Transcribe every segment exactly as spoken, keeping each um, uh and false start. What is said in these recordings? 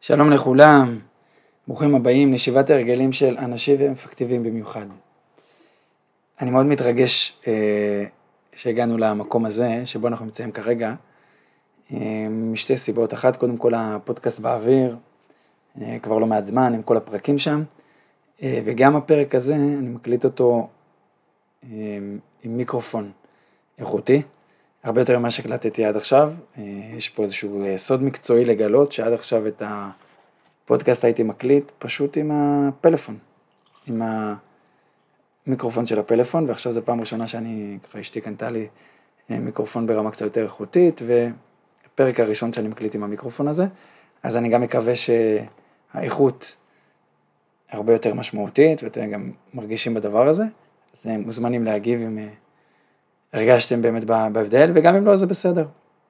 שלום לכולם, ברוכים הבאים לישיבת הרגלים של אנשים ומפקטיבים במיוחד. אני מאוד מתרגש אה, שהגענו למקום הזה שבו אנחנו נמצאים כרגע, אה, משתי סיבות. אחת, קודם כל הפודקאסט באוויר, אה, כבר לא מעט זמן עם כל הפרקים שם, אה, וגם הפרק הזה אני מקליט אותו אה, עם מיקרופון איכותי, הרבה יותר ממה שהקלטתי עד עכשיו. יש פה איזשהו סוד מקצועי לגלות שעד עכשיו את הפודקאסט הייתי מקליט פשוט עם הפלאפון, עם המיקרופון של הפלאפון, ועכשיו זו פעם ראשונה שאני, ככה אשתי קנתה לי מיקרופון ברמה קצת יותר איכותית, והפרק הראשון שאני מקליט עם המיקרופון הזה, אז אני גם מקווה שהאיכות הרבה יותר משמעותית, ואתם גם מרגישים בדבר הזה, אז מוזמנים להגיב אם הרגשתם באמת בהבדל, וגם אם לא, זה בסדר.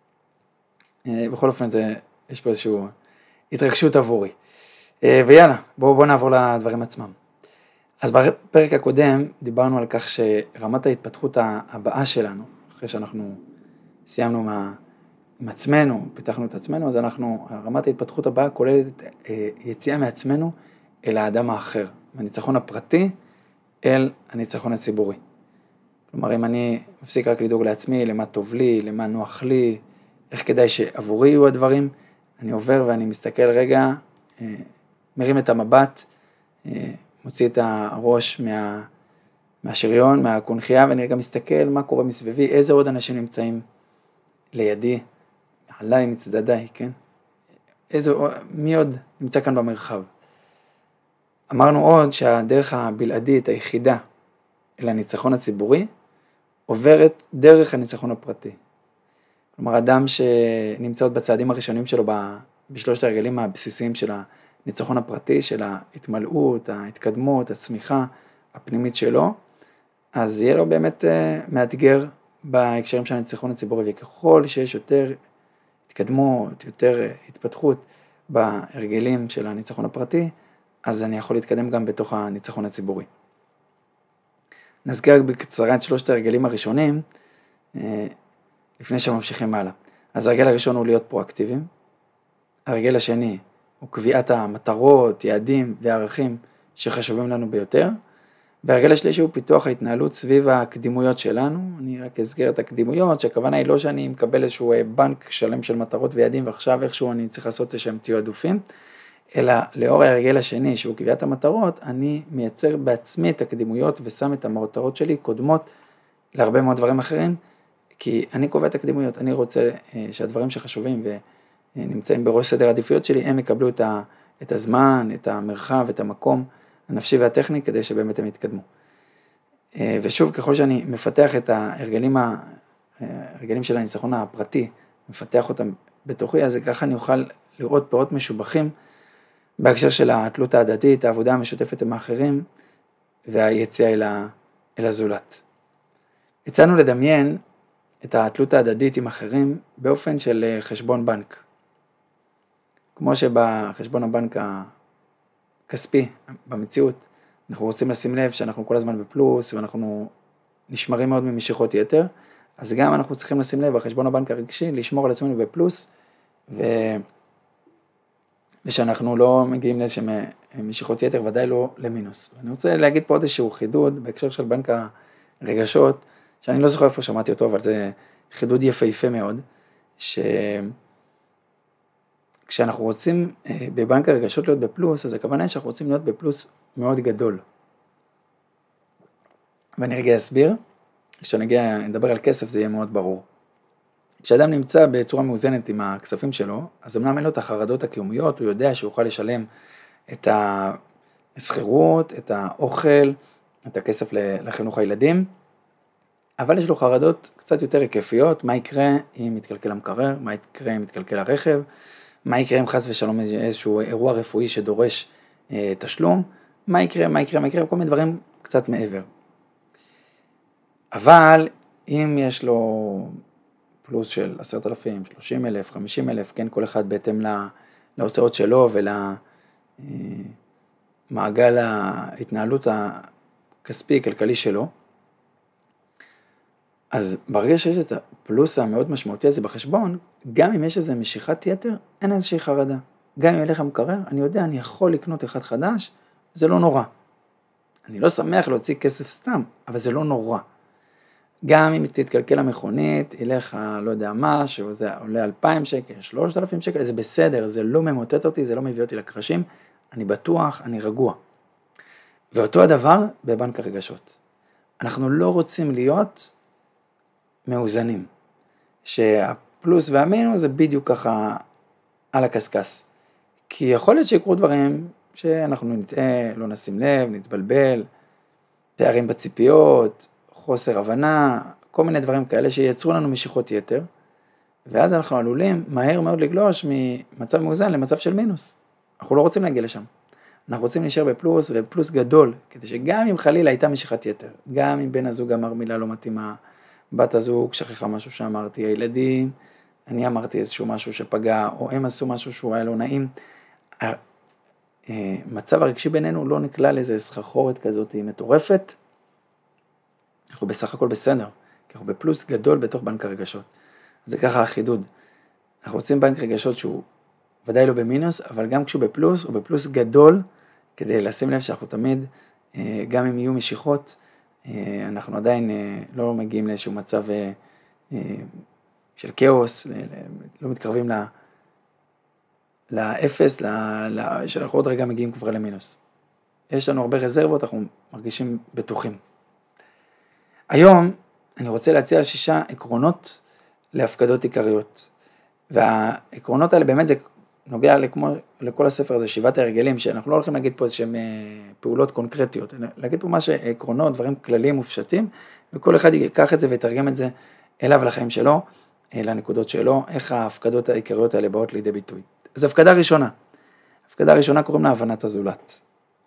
בכל אופן, זה, יש פה איזושהי התרגשות עבורי. ויאללה, בואו בוא נעבור לדברים עצמם. אז בפרק הקודם דיברנו על כך שרמת ההתפתחות הבאה שלנו, אחרי שאנחנו סיימנו מה, עם עצמנו, פיתחנו את עצמנו, אז אנחנו, רמת ההתפתחות הבאה כוללת יציאה מעצמנו אל האדם האחר, מהניצחון הפרטי אל הניצחון הציבורי. כלומר, אם אני מפסיק רק לדאוג לעצמי, למה טוב לי, למה נוח לי, איך כדאי שעבורי יהיו הדברים, אני עובר ואני מסתכל רגע, מרים את המבט, מוציא את הראש מה, מהשריון, מהקונחייה, ואני רגע מסתכל מה קורה מסביבי, איזה עוד אנשים נמצאים לידי, עליי מצדדיי, כן? איזו, מי עוד נמצא כאן במרחב? אמרנו עוד שהדרך הבלעדית, היחידה, אל הניצחון הציבורי, עוברת דרך הניצחון הפרטי. כלומר, אדם שנמצא עוד בצעדים הראשונים שלו, בשלושת הרגלים הבסיסיים של הניצחון הפרטי, של ההתמלאות, ההתקדמות, הצמיחה הפנימית שלו, אז יהיה לו באמת מאתגר בהקשרים של הניצחון הציבורי, וככל שיש יותר התקדמות, יותר התפתחות בהרגלים של הניצחון הפרטי, אז אני יכול להתקדם גם בתוך הניצחון הציבורי. נזכיר בקצרה את שלושת הרגלים הראשונים, לפני שממשיכים הלאה. אז הרגל הראשון הוא להיות פרואקטיביים, הרגל השני הוא קביעת המטרות, יעדים וערכים שחשובים לנו ביותר, והרגל השלישי הוא פיתוח ההתנהלות סביב הקדימויות שלנו. אני רק אזכיר את הקדימויות, שהכוונה היא לא שאני מקבל איזשהו בנק שלם של מטרות ויעדים, ועכשיו איכשהו אני צריך לעשות שהם תיעדופים, אלא לאור הרגל השני שהוא קביעת המטרות, אני מייצר בעצמי את הקדימויות ושם את המטרות שלי קודמות להרבה מאוד דברים אחרים, כי אני קובע את הקדימויות, אני רוצה שהדברים שחשובים ונמצאים בראש סדר העדיפויות שלי, הם יקבלו את, ה, את הזמן, את המרחב, את המקום הנפשי והטכני, כדי שבאמת הם יתקדמו. ושוב, ככל שאני מפתח את ההרגלים, ההרגלים של הניצחון הפרטי, מפתח אותם בתוכי, אז ככה אני אוכל לראות פירות משובחים, בהקשר של התלות ההדדית, העבודה המשותפת עם האחרים, והיציאה אל, אל הזולת. הצענו לדמיין את התלות ההדדית עם אחרים באופן של חשבון בנק. כמו שבחשבון הבנק הכספי, במציאות, אנחנו רוצים לשים לב שאנחנו כל הזמן בפלוס, ואנחנו נשמרים מאוד ממשיכות יתר, אז גם אנחנו צריכים לשים לב בחשבון הבנק הרגשי, לשמור על עצמנו בפלוס, ו... ושאנחנו לא מגיעים לאיזשהם משיכות יתר, ודאי לא למינוס. ואני רוצה להגיד פה עוד איזשהו חידוד, בהקשר של בנק הרגשות, שאני לא זוכר איפה שמעתי אותו, אבל זה חידוד יפהפה מאוד, שכשאנחנו רוצים בבנק הרגשות להיות בפלוס, אז הכוונה היא שאנחנו רוצים להיות בפלוס מאוד גדול. ואני רגע אסביר, כשנגיע, נדבר על כסף, זה יהיה מאוד ברור. כשאדם נמצא בצורה מאוזנת עם הכספים שלו, אז אמנם אין לו את החרדות הקיומיות, הוא יודע שהוא יוכל לשלם את הסחירות, את האוכל, את הכסף לחינוך הילדים, אבל יש לו חרדות קצת יותר היקפיות, מה יקרה אם מתקלקל המקרר, מה יקרה אם מתקלקל הרכב, מה יקרה אם חס ושלום איזשהו אירוע רפואי שדורש אה, תשלום, מה יקרה, מה יקרה, מה יקרה, כל מיני דברים קצת מעבר. אבל אם יש לו פלוס של עשרת אלפים, שלושים אלף, חמישים אלף, כן, כל אחד בהתאם להוצאות שלו ולמעגל ההתנהלות הכספי, כלכלי שלו, אז ברגע שיש את הפלוס המאוד משמעותי הזה בחשבון, גם אם יש איזו משיכת יתר, אין איזושהי חרדה. גם אם ילך המקרר, אני יודע, אני יכול לקנות אחד חדש, זה לא נורא. אני לא שמח להוציא כסף סתם, אבל זה לא נורא. גם אם תתקלקל המכונית, ילך, לא יודע מה, שזה עולה אלפיים שקל, שלושת אלפים שקל, זה בסדר, זה לא ממוטט אותי, זה לא מביא אותי לקרשים, אני בטוח, אני רגוע. ואותו הדבר בבנק הרגשות. אנחנו לא רוצים להיות מאוזנים, שהפלוס והמינוס זה בדיוק ככה על הקסקס. כי יכול להיות שיקרו דברים שאנחנו נטעה, לא נשים לב, נתבלבל, פערים בציפיות, חוסר הבנה, כל מיני דברים כאלה שייצרו לנו משיכות יתר, ואז אנחנו עלולים מהר מאוד לגלוש ממצב מאוזן למצב של מינוס. אנחנו לא רוצים להגיע לשם. אנחנו רוצים להישאר בפלוס ובפלוס גדול, כדי שגם אם חלילה הייתה משיכת יתר, גם אם בן הזוג אמר מילה לא מתאימה, בת הזוג שכחה משהו שאמרתי, הילדים, אני אמרתי איזשהו משהו שפגע, או הם עשו משהו שהוא היה לא נעים, המצב הרגשי בינינו לא נקלע לאיזה סחרחורת כזאת מטורפת, אנחנו בסך הכל בסדר, כי אנחנו בפלוס גדול בתוך בנק הרגשות. זה ככה החידוד. אנחנו רוצים בנק רגשות שהוא ודאי לא במינוס, אבל גם כשהוא בפלוס, הוא בפלוס גדול, כדי לשים לב שאנחנו תמיד, גם אם יהיו משיכות, אנחנו עדיין לא מגיעים לאיזשהו מצב של כאוס, לא מתקרבים לאפס, שאנחנו עוד רגע מגיעים כבר למינוס. יש לנו הרבה רזרבות, אנחנו מרגישים בטוחים. היום אני רוצה להציע שישה עקרונות להפקדות עיקריות. והעקרונות האלה באמת זה נוגע לכמו, לכל הספר הזה, שבעת הרגלים, שאנחנו לא הולכים להגיד פה איזשהם פעולות קונקרטיות, להגיד פה מה שעקרונות, דברים כלליים מופשטים, וכל אחד ייקח את זה ויתרגם את זה אליו לחיים שלו, לנקודות שלו, איך ההפקדות העיקריות האלה באות לידי ביטוי. אז הפקדה ראשונה. הפקדה ראשונה קוראים לה הבנת הזולת.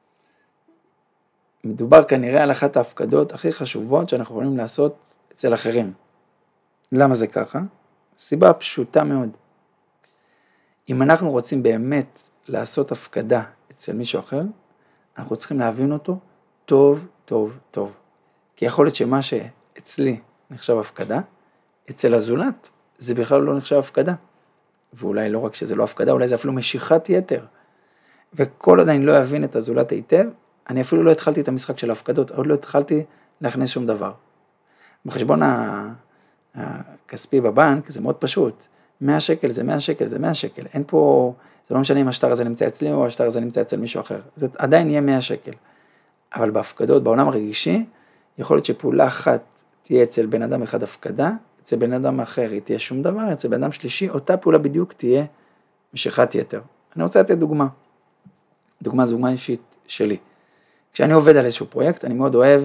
מדובר כנראה על אחת ההפקדות הכי חשובות שאנחנו יכולים לעשות אצל אחרים. למה זה ככה? סיבה פשוטה מאוד. אם אנחנו רוצים באמת לעשות הפקדה אצל מישהו אחר, אנחנו צריכים להבין אותו טוב, טוב, טוב. כי יכול להיות שמה שאצלי נחשב הפקדה, אצל הזולת זה בכלל לא נחשב הפקדה. ואולי לא רק שזה לא הפקדה, אולי זה אפילו משיכת יתר. וכל עוד אני לא אבין את הזולת היטב, אני אפילו לא התחלתי את המשחק של ההפקדות, עוד לא התחלתי להכניס שום דבר. בחשבון הכספי בבנק זה מאוד פשוט. מאה שקל זה מאה שקל זה מאה שקל. אין פה, זה לא משנה אם השטר הזה נמצא אצלי או השטר הזה נמצא אצל מישהו אחר. זה עדיין יהיה מאה שקל. אבל בהפקדות, בעולם הרגישי, יכול להיות שפעולה אחת תהיה אצל בן אדם אחד הפקדה, אצל בן אדם אחר היא תהיה שום דבר, אצל בן אדם שלישי, אותה פעולה בדיוק תהיה משיכת יתר. אני רוצה לתת דוגמה. דוגמה זו דוגמה אישית שלי. כשאני עובד על איזשהו פרויקט, אני מאוד אוהב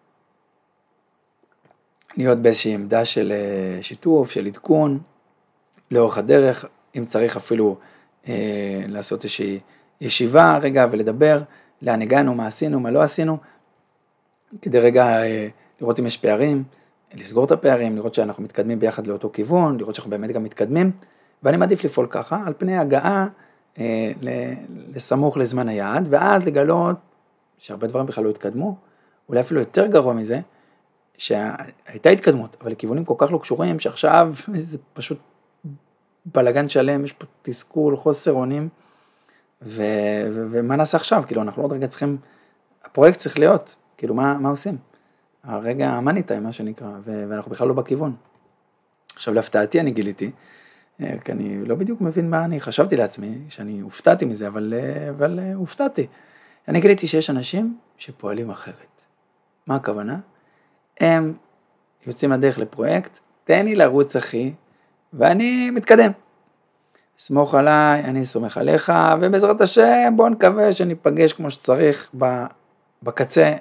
להיות באיזושהי עמדה של שיתוף, של עדכון, לאורך הדרך, אם צריך אפילו אה, לעשות איזושהי ישיבה רגע ולדבר, לאן הגענו, מה עשינו, מה לא עשינו, כדי רגע אה, לראות אם יש פערים, לסגור את הפערים, לראות שאנחנו מתקדמים ביחד לאותו כיוון, לראות שאנחנו באמת גם מתקדמים, ואני מעדיף לפעול ככה, על פני הגעה אה, לסמוך לזמן היעד, ואז לגלות שהרבה דברים בכלל לא התקדמו, אולי אפילו יותר גרוע מזה, שהייתה התקדמות, אבל לכיוונים כל כך לא קשורים, שעכשיו זה פשוט בלגן שלם, יש פה תסכול, חוסר אונים, ו- ו- ומה נעשה עכשיו? כאילו, אנחנו עוד רגע צריכים, הפרויקט צריך להיות, כאילו, מה, מה עושים? הרגע המאני טיים, מה שנקרא, ו- ואנחנו בכלל לא בכיוון. עכשיו, להפתעתי אני גיליתי, כי אני לא בדיוק מבין מה אני חשבתי לעצמי, שאני הופתעתי מזה, אבל, אבל הופתעתי. אני גיליתי שיש אנשים שפועלים אחרת. מה הכוונה? הם יוצאים לדרך לפרויקט, תן לי לרוץ אחי, ואני מתקדם. סמוך עליי, אני סומך עליך, ובעזרת השם בוא נקווה שניפגש כמו שצריך בקצה,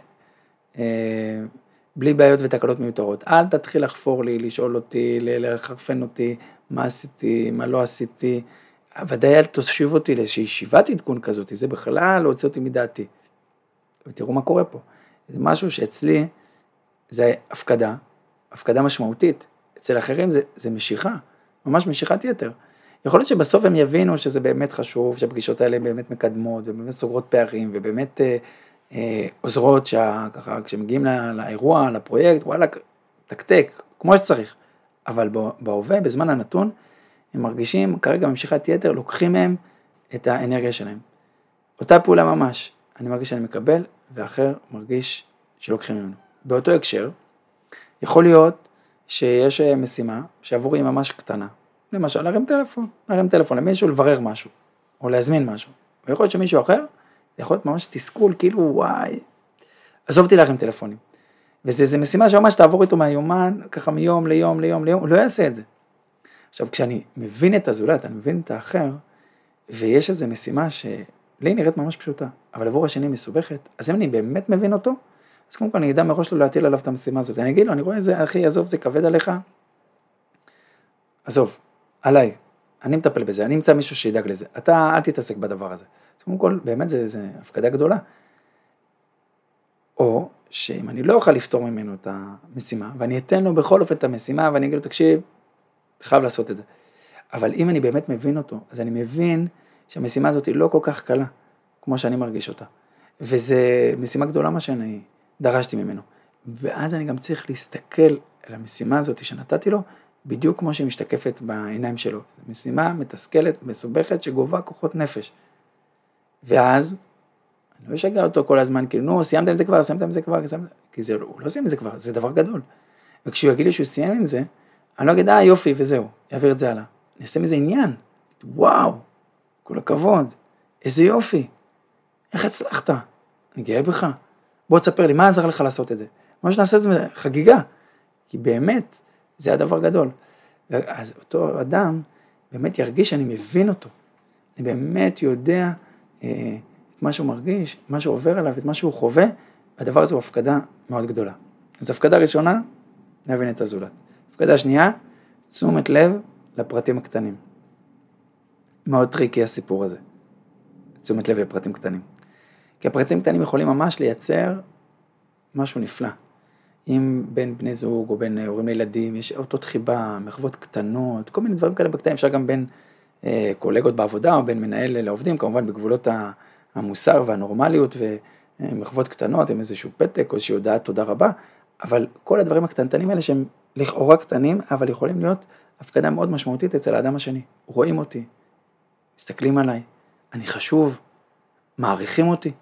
בלי בעיות ותקלות מיותרות. אל תתחיל לחפור לי, לשאול אותי, לחרפן אותי, מה עשיתי, מה לא עשיתי, ודאי אל תושיב אותי לאיזושהי ישיבת עדכון כזאת, זה בכלל לא הוציא אותי מדעתי. ותראו מה קורה פה. זה משהו שאצלי זה הפקדה, הפקדה משמעותית. אצל אחרים זה, זה משיכה, ממש משיכת יתר. יכול להיות שבסוף הם יבינו שזה באמת חשוב, שהפגישות האלה באמת מקדמות, ובאמת סוגרות פערים, ובאמת אה, אה, עוזרות שככה, כשמגיעים לא, לאירוע, לפרויקט, וואלה, תקתק, כמו שצריך. אבל בהווה, בזמן הנתון, הם מרגישים כרגע ממשיכת יתר, לוקחים מהם את האנרגיה שלהם. אותה פעולה ממש, אני מרגיש שאני מקבל, ואחר מרגיש שלוקחים ממנו. באותו הקשר, יכול להיות שיש משימה שעבורי היא ממש קטנה. למשל, להרים טלפון, להרים טלפון למישהו, לברר משהו, או להזמין משהו. ויכול להיות שמישהו אחר, יכול להיות ממש תסכול, כאילו וואי, עזוב אותי להרים טלפונים. וזה משימה שממש תעבור איתו מהיומן, ככה מיום ליום ליום ליום, הוא לא יעשה את זה. עכשיו, כשאני מבין את הזולת, אני מבין את האחר, ויש איזו משימה שלי נראית ממש פשוטה, אבל עבור השני מסובכת, אז אם אני באמת מבין אותו, אז קודם כל אני אדע מראש לא להטיל עליו את המשימה הזאת. אני אגיד לו, אני רואה איזה, אחי, עזוב, זה כבד עליך. עזוב, עליי, אני מטפל בזה, אני אמצא מישהו שידאג לזה. אתה אל תתעסק בדבר הזה. אז קודם כל, באמת זה, זה הפקדה גדולה. או שאם אני לא אוכל לפתור ממנו את המשימה, ואני אתן לו בכל אופן את המשימה, ואני אגיד לו, תקשיב, אתה חייב לעשות את זה. אבל אם אני באמת מבין אותו, אז אני מבין שהמשימה הזאת היא לא כל כך קלה, כמו שאני מרגיש אותה. וזה משימה גדולה מה שאני דרשתי ממנו. ואז אני גם צריך להסתכל על המשימה הזאת שנתתי לו, בדיוק כמו שהיא משתקפת בעיניים שלו. משימה מתסכלת, מסובכת, שגובה כוחות נפש. ואז, אני לא אשגע אותו כל הזמן, כאילו, נו, סיימת עם זה כבר, סיימת עם זה כבר, כי זה, הוא לא סיים עם זה כבר, זה דבר גדול. וכשהוא יגיד לי שהוא סיים עם זה, אני לא אגיד, אה, יופי, וזהו, יעביר את זה הלאה. אני אעשה מזה עניין. וואו, כל הכבוד, איזה יופי. איך הצלחת? אני גאה בך. בוא תספר לי, מה עזר לך לעשות את זה? מה שנעשה את זה חגיגה, כי באמת, זה הדבר גדול. אז אותו אדם באמת ירגיש שאני מבין אותו. אני באמת יודע אה, את מה שהוא מרגיש, מה שהוא עובר עליו, את מה שהוא חווה, והדבר הזה הוא הפקדה מאוד גדולה. אז הפקדה ראשונה, להבין את הזולת. הפקדה שנייה, תשומת לב לפרטים הקטנים. מאוד טריקי הסיפור הזה. תשומת לב לפרטים קטנים. כי הפרטים קטנים יכולים ממש לייצר משהו נפלא. אם בין בני זוג או בין הורים לילדים, יש אותות חיבה, מחוות קטנות, כל מיני דברים כאלה בקטנים, אפשר גם בין אה, קולגות בעבודה או בין מנהל לעובדים, כמובן בגבולות המוסר והנורמליות ומחוות קטנות, עם איזשהו פתק או איזושהי הודעה תודה רבה, אבל כל הדברים הקטנטנים האלה שהם לכאורה קטנים, אבל יכולים להיות הפקדה מאוד משמעותית אצל האדם השני. רואים אותי, מסתכלים עליי, אני חשוב, מעריכים אותי.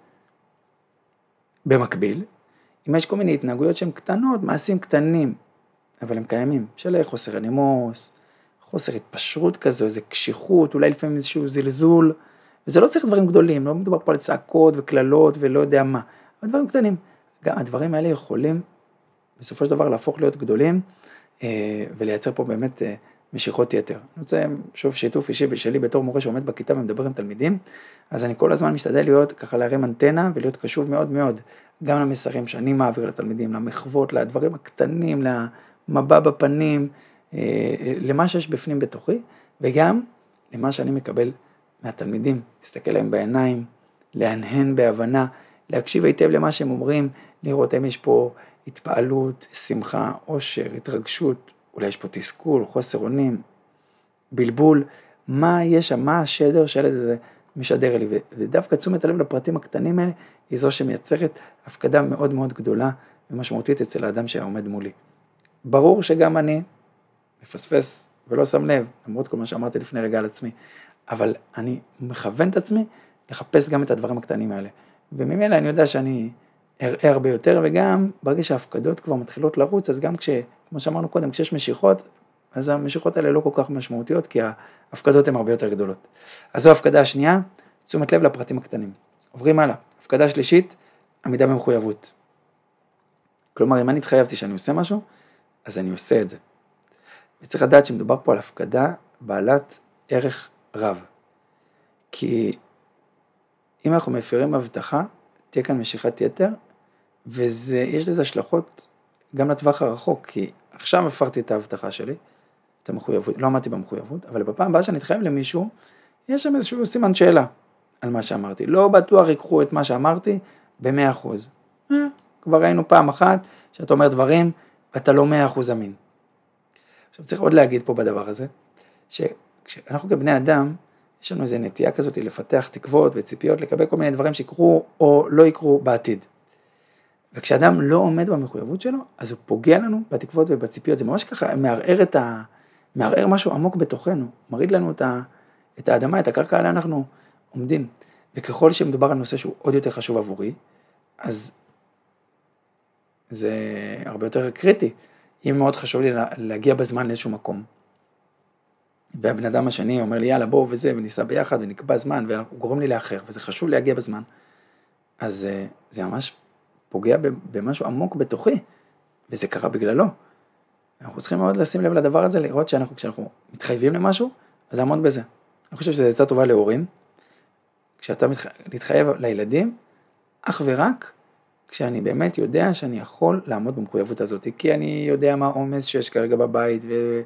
במקביל, אם יש כל מיני התנהגויות שהן קטנות, מעשים קטנים, אבל הם קיימים, של חוסר הנימוס, חוסר התפשרות כזו, איזו קשיחות, אולי לפעמים איזשהו זלזול, וזה לא צריך דברים גדולים, לא מדובר פה על צעקות וכללות ולא יודע מה, אבל דברים קטנים. גם הדברים האלה יכולים בסופו של דבר להפוך להיות גדולים, ולייצר פה באמת משיכות יתר. אני רוצה שוב שיתוף אישי שלי בתור מורה שעומד בכיתה ומדבר עם תלמידים, אז אני כל הזמן משתדל להיות ככה להרים אנטנה ולהיות קשוב מאוד מאוד, גם למסרים שאני מעביר לתלמידים, למחוות, לדברים הקטנים, למבע בפנים, למה שיש בפנים בתוכי, וגם למה שאני מקבל מהתלמידים, להסתכל להם בעיניים, להנהן בהבנה, להקשיב היטב למה שהם אומרים, לראות אם יש פה התפעלות, שמחה, עושר, התרגשות, אולי יש פה תסכול, חוסר אונים, בלבול, מה יש שם, מה השדר שהילד הזה משדר לי, ודווקא תשומת הלב לפרטים הקטנים האלה, היא זו שמייצרת הפקדה מאוד מאוד גדולה ומשמעותית אצל האדם שעומד מולי. ברור שגם אני מפספס ולא שם לב, למרות כל מה שאמרתי לפני רגע על עצמי, אבל אני מכוון את עצמי לחפש גם את הדברים הקטנים האלה, וממילא אני יודע שאני אראה הרבה יותר, וגם ברגע שההפקדות כבר מתחילות לרוץ, אז גם כש, כמו שאמרנו קודם, כשיש משיכות, אז המשיכות האלה לא כל כך משמעותיות, כי ההפקדות הן הרבה יותר גדולות. אז זו ההפקדה השנייה, תשומת לב לפרטים הקטנים. עוברים הלאה. הפקדה שלישית, עמידה במחויבות. כלומר, אם אני התחייבתי שאני עושה משהו, אז אני עושה את זה. וצריך לדעת שמדובר פה על הפקדה בעלת ערך רב. כי אם אנחנו מפירים הבטחה, תהיה כאן משיכת יתר, ויש לזה השלכות גם לטווח הרחוק, כי עכשיו הפרתי את ההבטחה שלי, את המחויבות, לא עמדתי במחויבות, אבל בפעם הבאה שאני אתחייב למישהו, יש שם איזשהו סימן שאלה על מה שאמרתי. לא בטוח יקחו את מה שאמרתי ב-מאה אחוז. אה, כבר ראינו פעם אחת שאתה אומר דברים, ואתה לא מאה אחוז אמין. עכשיו צריך עוד להגיד פה בדבר הזה, שכשאנחנו כבני אדם, יש לנו איזו נטייה כזאת לפתח תקוות וציפיות, לקבל כל מיני דברים שיקרו או לא יקרו בעתיד. וכשאדם לא עומד במחויבות שלו, אז הוא פוגע לנו בתקוות ובציפיות. זה ממש ככה מערער, את ה... מערער משהו עמוק בתוכנו, מריד לנו את, ה... את האדמה, את הקרקע עליה אנחנו עומדים. וככל שמדובר על נושא שהוא עוד יותר חשוב עבורי, אז זה הרבה יותר קריטי. אם מאוד חשוב לי להגיע בזמן לאיזשהו מקום, והבן אדם השני אומר לי יאללה בוא וזה, וניסע ביחד ונקבע זמן, והוא גורם לי לאחר, וזה חשוב להגיע בזמן, אז זה ממש פוגע במשהו עמוק בתוכי, וזה קרה בגללו. אנחנו צריכים מאוד לשים לב לדבר הזה, לראות שאנחנו, כשאנחנו מתחייבים למשהו, אז לעמוד בזה. אני חושב שזו עצה טובה להורים, כשאתה מתחייב לילדים, אך ורק כשאני באמת יודע שאני יכול לעמוד במחויבות הזאת, כי אני יודע מה העומס שיש כרגע בבית,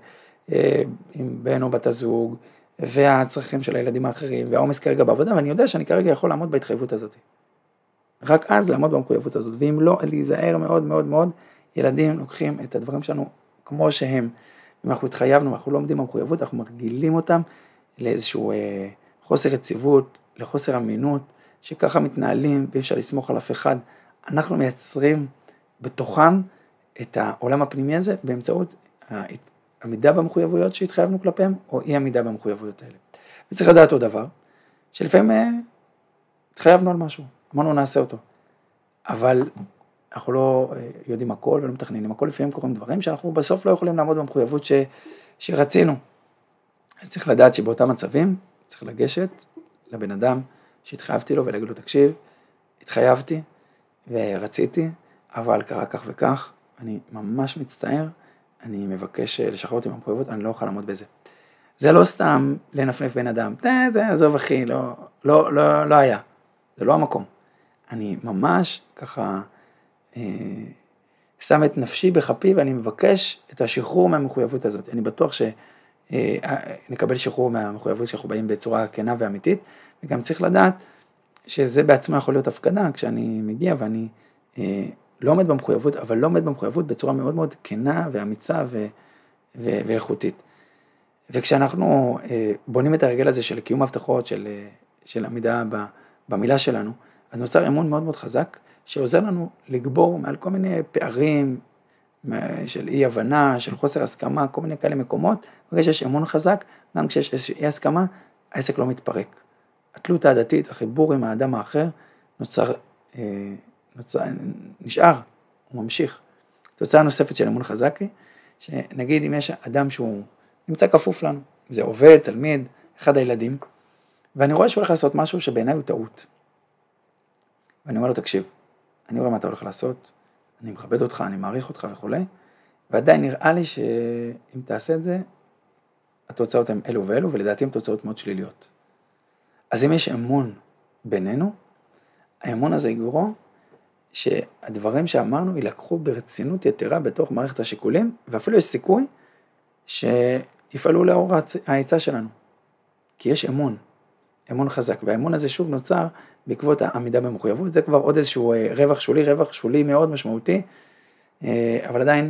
ועם בן או בת הזוג, והצרכים של הילדים האחרים, והעומס כרגע בעבודה, ואני יודע שאני כרגע יכול לעמוד בהתחייבות הזאת. רק אז לעמוד במחויבות הזאת, ואם לא, להיזהר מאוד מאוד מאוד, ילדים לוקחים את הדברים שלנו כמו שהם, אם אנחנו התחייבנו, אנחנו לא עומדים במחויבות, אנחנו מרגילים אותם לאיזשהו אה, חוסר יציבות, לחוסר אמינות, שככה מתנהלים, ואי אפשר לסמוך על אף אחד. אנחנו מייצרים בתוכם את העולם הפנימי הזה, באמצעות העמידה במחויבויות שהתחייבנו כלפיהם, או אי עמידה במחויבויות האלה. וצריך לדעת עוד דבר, שלפעמים אה, התחייבנו על משהו, אמרנו נעשה אותו, אבל אנחנו לא יודעים הכל ולא מתכננים הכל, לפעמים קוראים דברים שאנחנו בסוף לא יכולים לעמוד במחויבות ש, שרצינו. אז צריך לדעת שבאותם מצבים צריך לגשת לבן אדם שהתחייבתי לו ולהגיד לו תקשיב, התחייבתי ורציתי, אבל קרה כך וכך, אני ממש מצטער, אני מבקש לשחרר אותי במחויבות, אני לא אוכל לעמוד בזה. זה לא סתם לנפנף בן אדם, זה, זה, עזוב אחי, לא, לא, לא, לא היה, זה לא המקום. אני ממש ככה אה, שם את נפשי בחפי, ואני מבקש את השחרור מהמחויבות הזאת. אני בטוח שנקבל שחרור מהמחויבות שאנחנו באים בצורה כנה ואמיתית, וגם צריך לדעת שזה בעצמו יכול להיות הפקדה, כשאני מגיע ואני אה, לא עומד במחויבות, אבל לא עומד במחויבות בצורה מאוד מאוד כנה ואמיצה ו, ו, ואיכותית. וכשאנחנו אה, בונים את הרגל הזה של קיום הבטחות, של, של עמידה במילה שלנו, אז נוצר אמון מאוד מאוד חזק, שעוזר לנו לגבור מעל כל מיני פערים של אי הבנה, של חוסר הסכמה, כל מיני כאלה מקומות. ברגע שיש אמון חזק, גם כשיש אי הסכמה, העסק לא מתפרק. התלות העדתית, החיבור עם האדם האחר, נוצר, נוצר, נשאר, הוא ממשיך. תוצאה נוספת של אמון חזק היא, שנגיד אם יש אדם שהוא נמצא כפוף לנו, זה עובד, תלמיד, אחד הילדים, ואני רואה שהוא הולך לעשות משהו שבעיניי הוא טעות. ואני אומר לו, תקשיב, אני רואה מה אתה הולך לעשות, אני מכבד אותך, אני מעריך אותך וכו', ועדיין נראה לי שאם תעשה את זה, התוצאות הן אלו ואלו, ולדעתי הן תוצאות מאוד שליליות. אז אם יש אמון בינינו, האמון הזה יגרום שהדברים שאמרנו ילקחו ברצינות יתרה בתוך מערכת השיקולים, ואפילו יש סיכוי שיפעלו לאור העצה שלנו. כי יש אמון, אמון חזק, והאמון הזה שוב נוצר בעקבות העמידה במחויבות. זה כבר עוד איזשהו רווח שולי, רווח שולי מאוד משמעותי, אבל עדיין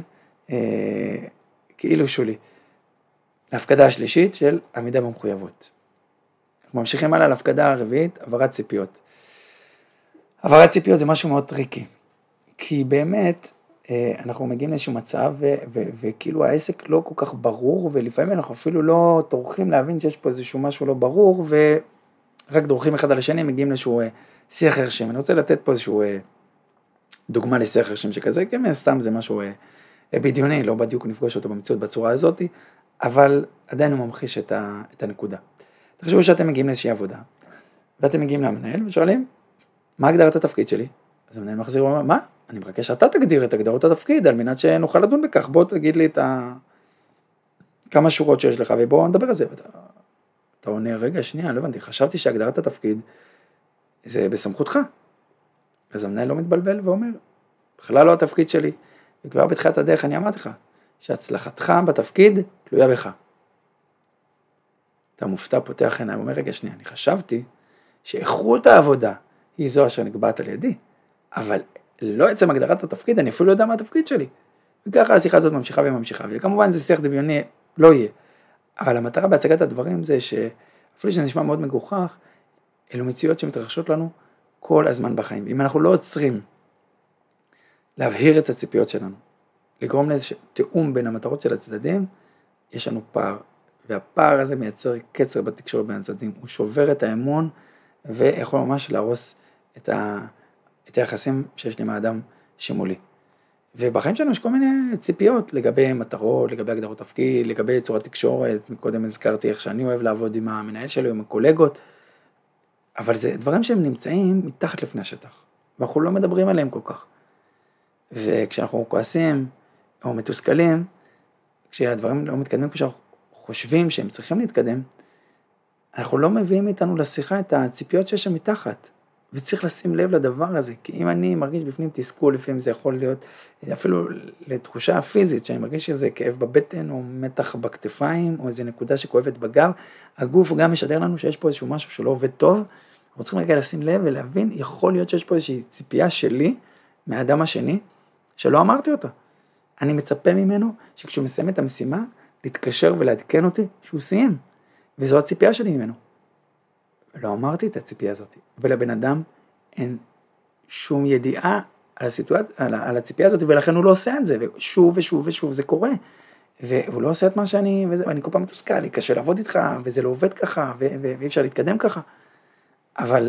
כאילו שולי. להפקדה השלישית של עמידה במחויבות. אנחנו ממשיכים הלאה להפקדה הרביעית, העברת ציפיות. העברת ציפיות זה משהו מאוד טריקי, כי באמת אנחנו מגיעים לאיזשהו מצב ו- ו- וכאילו העסק לא כל כך ברור, ולפעמים אנחנו אפילו לא טורחים להבין שיש פה איזשהו משהו לא ברור, ורק דורכים אחד על השני, מגיעים לאיזשהו שיח הרשים. אני רוצה לתת פה איזשהו דוגמה לשיח הרשים שכזה, כי סתם זה משהו בדיוני, לא בדיוק נפגוש אותו במציאות בצורה הזאת, אבל עדיין הוא ממחיש את, ה- את הנקודה. תחשבו שאתם מגיעים לאיזושהי עבודה, ואתם מגיעים למנהל ושואלים, מה הגדרת התפקיד שלי? אז המנהל מחזיר ואומר, מה? אני מבקש שאתה תגדיר את הגדרות התפקיד, על מנת שנוכל לדון בכך, בוא תגיד לי את ה... כמה שורות שיש לך, ובוא נדבר על זה. ואתה, אתה עונה, רגע, שנייה, לא הבנתי, חשבתי שהגדרת התפקיד זה בסמכותך. אז המנהל לא מתבלבל ואומר, בכלל לא התפקיד שלי, וכבר בתחילת הדרך אני אמרתי לך, שהצלחתך בתפקיד תלויה בך. אתה מופתע, פותח עיניים, אומר, רגע, שנייה, אני חשבתי שאיכות העבודה היא זו אשר נקבעת על ידי, אבל לא עצם הגדרת התפקיד, אני אפילו לא יודע מה התפקיד שלי. וככה השיחה הזאת ממשיכה וממשיכה, וכמובן זה שיח דמיוני, לא יהיה. אבל המטרה בהצגת הדברים זה שאפילו שזה נשמע מאוד מגוחך, אלו מציאות שמתרחשות לנו כל הזמן בחיים. אם אנחנו לא עוצרים להבהיר את הציפיות שלנו, לגרום לאיזשהו תיאום בין המטרות של הצדדים, יש לנו פער, והפער הזה מייצר קצר בתקשורת בין הצדדים, הוא שובר את האמון, ויכול ממש להרוס את, ה, את היחסים שיש לי מהאדם שמולי. ובחיים שלנו יש כל מיני ציפיות לגבי מטרות, לגבי הגדרות תפקיד, לגבי צורת תקשורת, מקודם הזכרתי איך שאני אוהב לעבוד עם המנהל שלי, עם הקולגות, אבל זה דברים שהם נמצאים מתחת לפני השטח, ואנחנו לא מדברים עליהם כל כך. וכשאנחנו כועסים או מתוסכלים, כשהדברים לא מתקדמים כמו שאנחנו חושבים שהם צריכים להתקדם, אנחנו לא מביאים איתנו לשיחה את הציפיות שיש שם מתחת, וצריך לשים לב לדבר הזה, כי אם אני מרגיש בפנים תסכול, לפעמים זה יכול להיות אפילו לתחושה פיזית, שאני מרגיש שזה כאב בבטן, או מתח בכתפיים, או איזו נקודה שכואבת בגב, הגוף גם משדר לנו שיש פה איזשהו משהו שלא עובד טוב, אנחנו צריכים רגע לשים לב ולהבין, יכול להיות שיש פה איזושהי ציפייה שלי, מהאדם השני, שלא אמרתי אותה. אני מצפה ממנו, שכשהוא מסיים את המשימה, להתקשר ולעדכן אותי, שהוא סיים, וזו הציפייה שלי ממנו. ולא אמרתי את הציפייה הזאת, ולבן אדם אין שום ידיעה על הסיטואציה, על, על הציפייה הזאת, ולכן הוא לא עושה את זה, ושוב ושוב ושוב זה קורה, והוא לא עושה את מה שאני, ואני כל פעם מתוסכל, לי קשה לעבוד איתך, וזה לא עובד ככה, ו- ו- ואי אפשר להתקדם ככה, אבל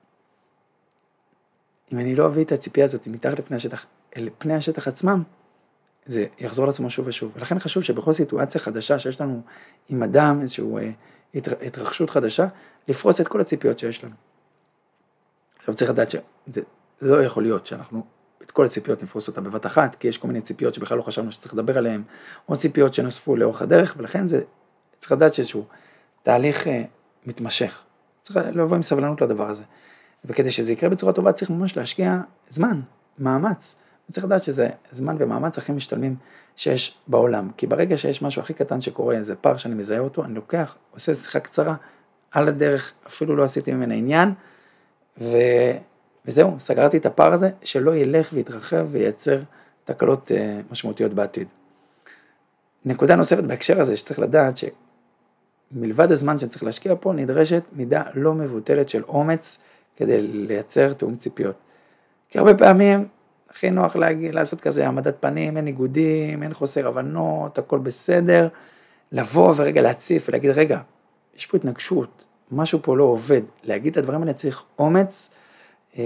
אם אני לא אביא את הציפייה הזאת מתחת לפני השטח, אל פני השטח עצמם, זה יחזור לעצמו שוב ושוב, ולכן חשוב שבכל סיטואציה חדשה שיש לנו עם אדם, איזשהו התרחשות חדשה, לפרוס את כל הציפיות שיש לנו. עכשיו צריך לדעת שזה לא יכול להיות שאנחנו את כל הציפיות נפרוס אותה בבת אחת, כי יש כל מיני ציפיות שבכלל לא חשבנו שצריך לדבר עליהן, או ציפיות שנוספו לאורך הדרך, ולכן זה צריך לדעת שאיזשהו תהליך מתמשך. צריך לבוא עם סבלנות לדבר הזה. וכדי שזה יקרה בצורה טובה צריך ממש להשקיע זמן, מאמץ. וצריך לדעת שזה זמן ומאמץ הכי משתלמים שיש בעולם. כי ברגע שיש משהו הכי קטן שקורה, איזה פער שאני מזהה אותו, אני לוקח, עושה שיחה קצרה על הדרך, אפילו לא עשיתי ממנה עניין, ו... וזהו, סגרתי את הפער הזה, שלא ילך ויתרחב וייצר תקלות משמעותיות בעתיד. נקודה נוספת בהקשר הזה שצריך לדעת שמלבד הזמן שצריך להשקיע פה, נדרשת מידה לא מבוטלת של אומץ כדי לייצר תאום ציפיות. כי הרבה פעמים הכי נוח להגיד, לעשות כזה העמדת פנים, אין ניגודים, אין חוסר הבנות, הכל בסדר, לבוא ורגע להציף ולהגיד, רגע, יש פה התנגשות, משהו פה לא עובד, להגיד את הדברים האלה צריך אומץ, אה,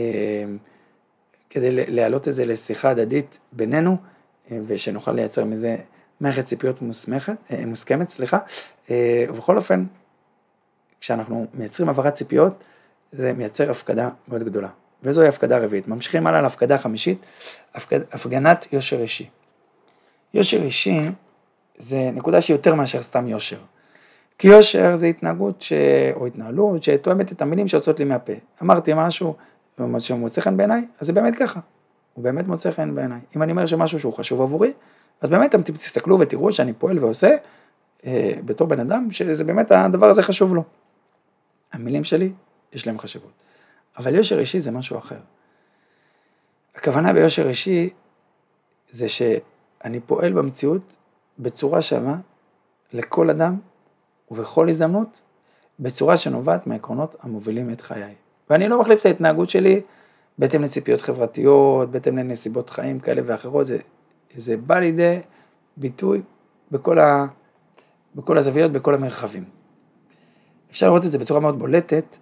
כדי להעלות את זה לשיחה הדדית בינינו, אה, ושנוכל לייצר מזה מערכת ציפיות מוסמכת, אה, מוסכמת, סליחה, אה, ובכל אופן, כשאנחנו מייצרים עברת ציפיות, זה מייצר הפקדה מאוד גדולה. וזוהי הפקדה רביעית. ממשיכים הלאה להפקדה חמישית, הפקד, הפגנת יושר אישי. יושר אישי זה נקודה שהיא יותר מאשר סתם יושר. כי יושר זה התנהגות ש... או התנהלות שתואמת את המילים שיוצאות לי מהפה. אמרתי משהו שמוצא חן בעיניי, אז זה באמת ככה. הוא באמת מוצא חן בעיניי. אם אני אומר שמשהו שהוא חשוב עבורי, אז באמת אתם תסתכלו ותראו שאני פועל ועושה אה, בתור בן אדם, שזה באמת הדבר הזה חשוב לו. המילים שלי יש להם חשיבות. אבל יושר אישי זה משהו אחר. הכוונה ביושר אישי זה שאני פועל במציאות בצורה שווה לכל אדם ובכל הזדמנות, בצורה שנובעת מהעקרונות המובילים את חיי. ואני לא מחליף את ההתנהגות שלי בהתאם לציפיות חברתיות, בהתאם לנסיבות חיים כאלה ואחרות, זה, זה בא לידי ביטוי בכל, ה, בכל הזוויות, בכל המרחבים. אפשר לראות את זה בצורה מאוד בולטת,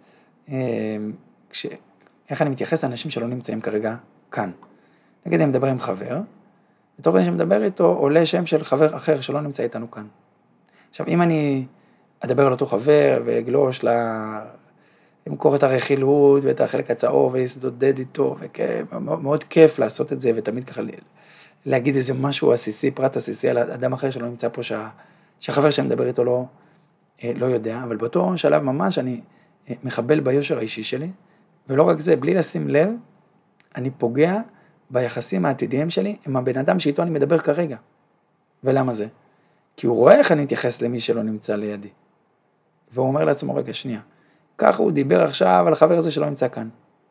כש, איך אני מתייחס לאנשים שלא נמצאים כרגע כאן. נגיד אני מדבר עם חבר, בתור כדי שמדבר איתו עולה שם של חבר אחר שלא נמצא איתנו כאן. עכשיו אם אני אדבר על אותו חבר ואגלוש לה, למכור את הרכילות ואת החלק הצהוב ולהסתודד איתו, ומאוד כיף לעשות את זה ותמיד ככה להגיד איזה משהו עסיסי, פרט עסיסי על אדם אחר שלא נמצא פה שה, שהחבר שמדבר איתו לא, לא יודע, אבל באותו שלב ממש אני מחבל ביושר האישי שלי, ולא רק זה, בלי לשים לב, אני פוגע ביחסים העתידיים שלי עם הבן אדם שאיתו אני מדבר כרגע. ולמה זה? כי הוא רואה איך אני מתייחס למי שלא נמצא לידי. והוא אומר לעצמו, רגע, שנייה, ככה הוא דיבר עכשיו על החבר הזה שלא נמצא כאן.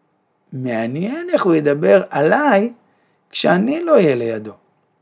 מעניין איך הוא ידבר עליי כשאני לא אהיה לידו.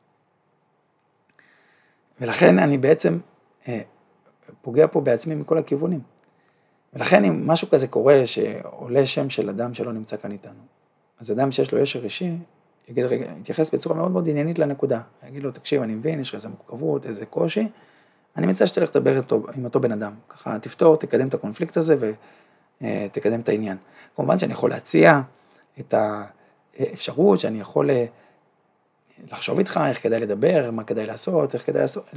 ולכן אני בעצם אה, פוגע פה בעצמי מכל הכיוונים. ולכן אם משהו כזה קורה שעולה שם של אדם שלא נמצא כאן איתנו, אז אדם שיש לו יושר אישי, יגיד רגע, יתייחס בצורה מאוד מאוד עניינית לנקודה. יגיד לו, תקשיב, אני מבין, יש לך איזה מורכבות, איזה קושי, אני מציע שתלך לדבר עם אותו בן אדם. ככה תפתור, תקדם את הקונפליקט הזה, תקדם את העניין. כמובן שאני יכול להציע את האפשרות, שאני יכול לחשוב איתך איך כדאי לדבר, מה כדאי לעשות, איך כדאי לעשות,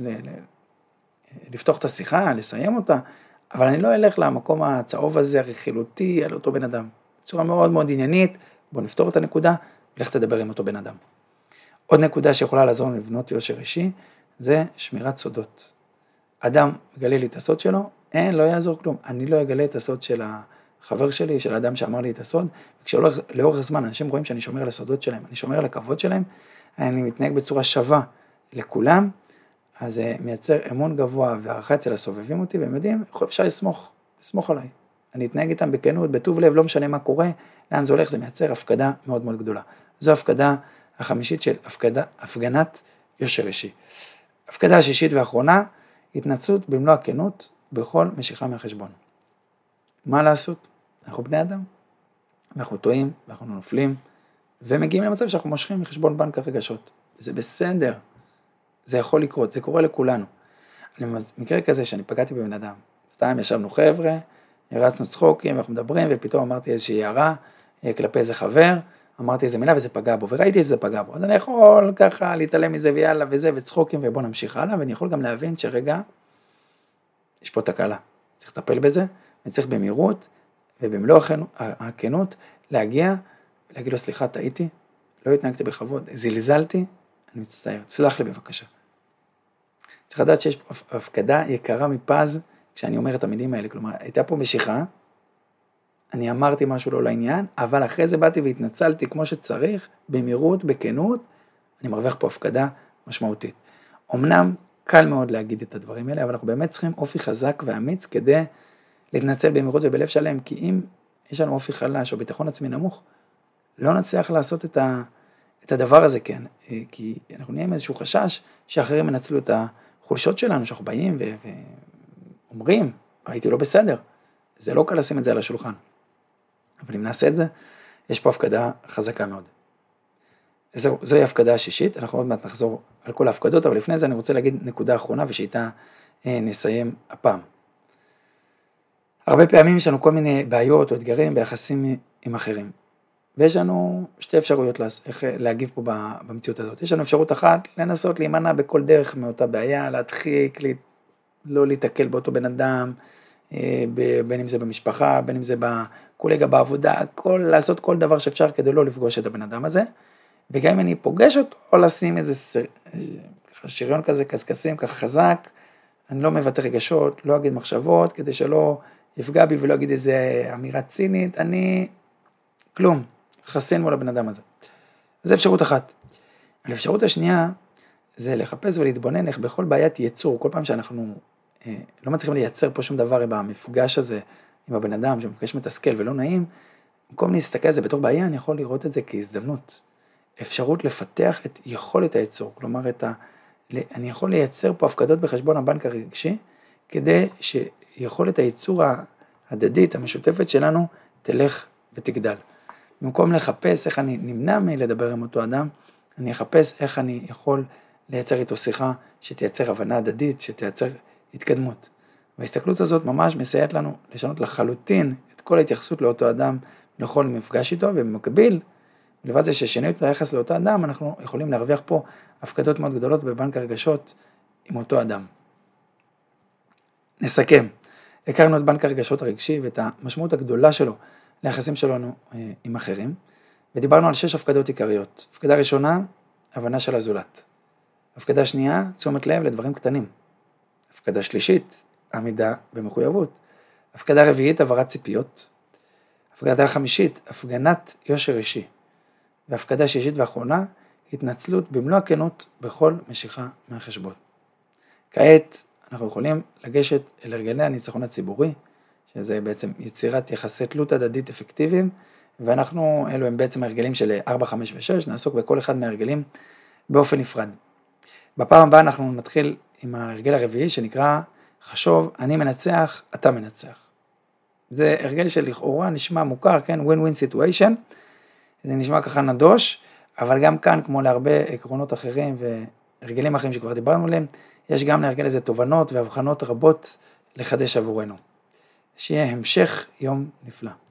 לפתוח את השיחה, לסיים אותה, אבל אני לא אלך למקום הצהוב הזה, הרכילותי, על אותו בן אדם. בצורה מאוד מאוד עניינית, בוא נפתור את הנקודה, ולך תדבר עם אותו בן אדם. עוד נקודה שיכולה לעזור לנו לבנות יושר אישי, זה שמירת סודות. אדם מגלה לי את הסוד שלו, אין, לא יעזור כלום. אני לא אגלה את הסוד של החבר שלי, של האדם שאמר לי את הסוד, וכשלאורך הזמן אנשים רואים שאני שומר על הסודות שלהם, אני שומר על הכבוד שלהם, אני מתנהג בצורה שווה לכולם, אז זה מייצר אמון גבוה והערכה אצל הסובבים אותי, והם יודעים, אפשר לסמוך, לסמוך עליי. אני אתנהג איתם בכנות, בטוב לב, לא משנה מה קורה, לאן זה הולך, זה מייצר הפקדה מאוד מאוד גדולה. זו הפקדה החמישית של הפקדה, הפגנת יושר אישי. הפקדה השישית והאחרונה, התנצלות במלוא הכנות בכל משיכה מהחשבון. מה לעשות? אנחנו בני אדם, ואנחנו טועים, ואנחנו נופלים, ומגיעים למצב שאנחנו מושכים מחשבון בנק הרגשות. זה בסדר, זה יכול לקרות, זה קורה לכולנו. במקרה כזה שאני פגעתי בבן אדם, סתם ישבנו חבר'ה, הרצנו צחוקים, ואנחנו מדברים, ופתאום אמרתי איזושהי הערה כלפי איזה חבר, אמרתי איזה מילה וזה פגע בו, וראיתי שזה פגע בו, אז אני יכול ככה להתעלם מזה ויאללה וזה, וצחוקים, ובוא נמשיך הלאה, ואני יכול גם להבין שרגע, יש פה תקלה, צריך לטפל בזה, וצריך במהירות, ובמלוא הכנות, להגיע, ולהגיד לו סליחה, טעיתי, לא התנהגתי בכבוד, זלזלתי, אני מצטער, סלח לי בבקשה. צריך לדעת שיש פה הפקדה יקרה מפז, כשאני אומר את המילים האלה, כלומר, הייתה פה משיכה, אני אמרתי משהו לא לעניין, אבל אחרי זה באתי והתנצלתי כמו שצריך, במהירות, בכנות, אני מרוויח פה הפקדה משמעותית. אמנם קל מאוד להגיד את הדברים האלה, אבל אנחנו באמת צריכים אופי חזק ואמיץ כדי להתנצל במהירות ובלב שלם, כי אם יש לנו אופי חלש או ביטחון עצמי נמוך, לא נצליח לעשות את, ה, את הדבר הזה, כן, כי אנחנו נהיה עם איזשהו חשש שאחרים ינצלו את החולשות שלנו, שאנחנו באים ו, ואומרים, הייתי לא בסדר, זה לא קל לשים את זה על השולחן. אבל אם נעשה את זה, יש פה הפקדה חזקה מאוד. זו, זוהי הפקדה השישית, אנחנו עוד מעט נחזור על כל ההפקדות, אבל לפני זה אני רוצה להגיד נקודה אחרונה, ושאיתה אה, נסיים הפעם. הרבה פעמים יש לנו כל מיני בעיות או אתגרים ביחסים עם אחרים, ויש לנו שתי אפשרויות איך להגיב פה במציאות הזאת. יש לנו אפשרות אחת, לנסות להימנע בכל דרך מאותה בעיה, להדחיק, לא להתקל באותו בן אדם, בין אם זה במשפחה, בין אם זה בקולגה בעבודה, כל, לעשות כל דבר שאפשר כדי לא לפגוש את הבן אדם הזה, וגם אם אני פוגש אותו, או לשים איזה שריון כזה, קסקסים, ככה חזק, אני לא מבטא רגשות, לא אגיד מחשבות, כדי שלא יפגע בי ולא אגיד איזה אמירה צינית, אני כלום, חסין מול הבן אדם הזה. זו אפשרות אחת. על אפשרות השנייה, זה לחפש ולהתבונן איך בכל בעיית ייצור, כל פעם שאנחנו לא מצליחים לייצר פה שום דבר במפגש הזה עם הבן אדם, שמפגש מתסכל ולא נעים, במקום להסתכל על זה בתור בעיה, אני יכול לראות את זה כהזדמנות. אפשרות לפתח את יכולת הייצור, כלומר, את ה... אני יכול לייצר פה הפקדות בחשבון הבנק הרגשי, כדי שיכולת הייצור ההדדית, המשותפת שלנו, תלך ותגדל. במקום לחפש איך אני נמנע מלדבר עם אותו אדם, אני אחפש איך אני יכול לייצר איתו שיחה, שתייצר הבנה הדדית, שתייצר התקדמות. וההסתכלות הזאת ממש מסייעת לנו לשנות לחלוטין את כל ההתייחסות לאותו אדם, לכל מפגש איתו, ובמקביל, לבד זה ששינינו את היחס לאותו אדם, אנחנו יכולים להרוויח פה הפקדות מאוד גדולות בבנק הרגשות עם אותו אדם. נסכם. הכרנו את בנק הרגשות הרגשי ואת המשמעות הגדולה שלו ליחסים שלנו עם אחרים, ודיברנו על שש הפקדות עיקריות. הפקדה ראשונה, הבנה של הזולת. הפקדה שנייה, תשומת לב לדברים קטנים. הפקדה שלישית, עמידה במחויבות. הפקדה רביעית, העברת ציפיות. הפקדה חמישית, הפגנת יושר אישי. והפקדה שישית ואחרונה, התנצלות במלוא הכנות בכל משיכה מהחשבון. כעת אנחנו יכולים לגשת אל הרגלי הניצחון הציבורי, שזה בעצם יצירת יחסי תלות הדדית אפקטיביים, ואנחנו, אלו הם בעצם הרגלים של ארבע, חמש ושש, נעסוק בכל אחד מהרגלים באופן נפרד. בפעם הבאה אנחנו נתחיל עם הרגל הרביעי שנקרא חשוב, אני מנצח, אתה מנצח. זה הרגל שלכאורה נשמע מוכר, כן, win-win situation, זה נשמע ככה נדוש, אבל גם כאן, כמו להרבה עקרונות אחרים והרגלים אחרים שכבר דיברנו עליהם, יש גם להרגל איזה תובנות והבחנות רבות לחדש עבורנו. שיהיה המשך יום נפלא.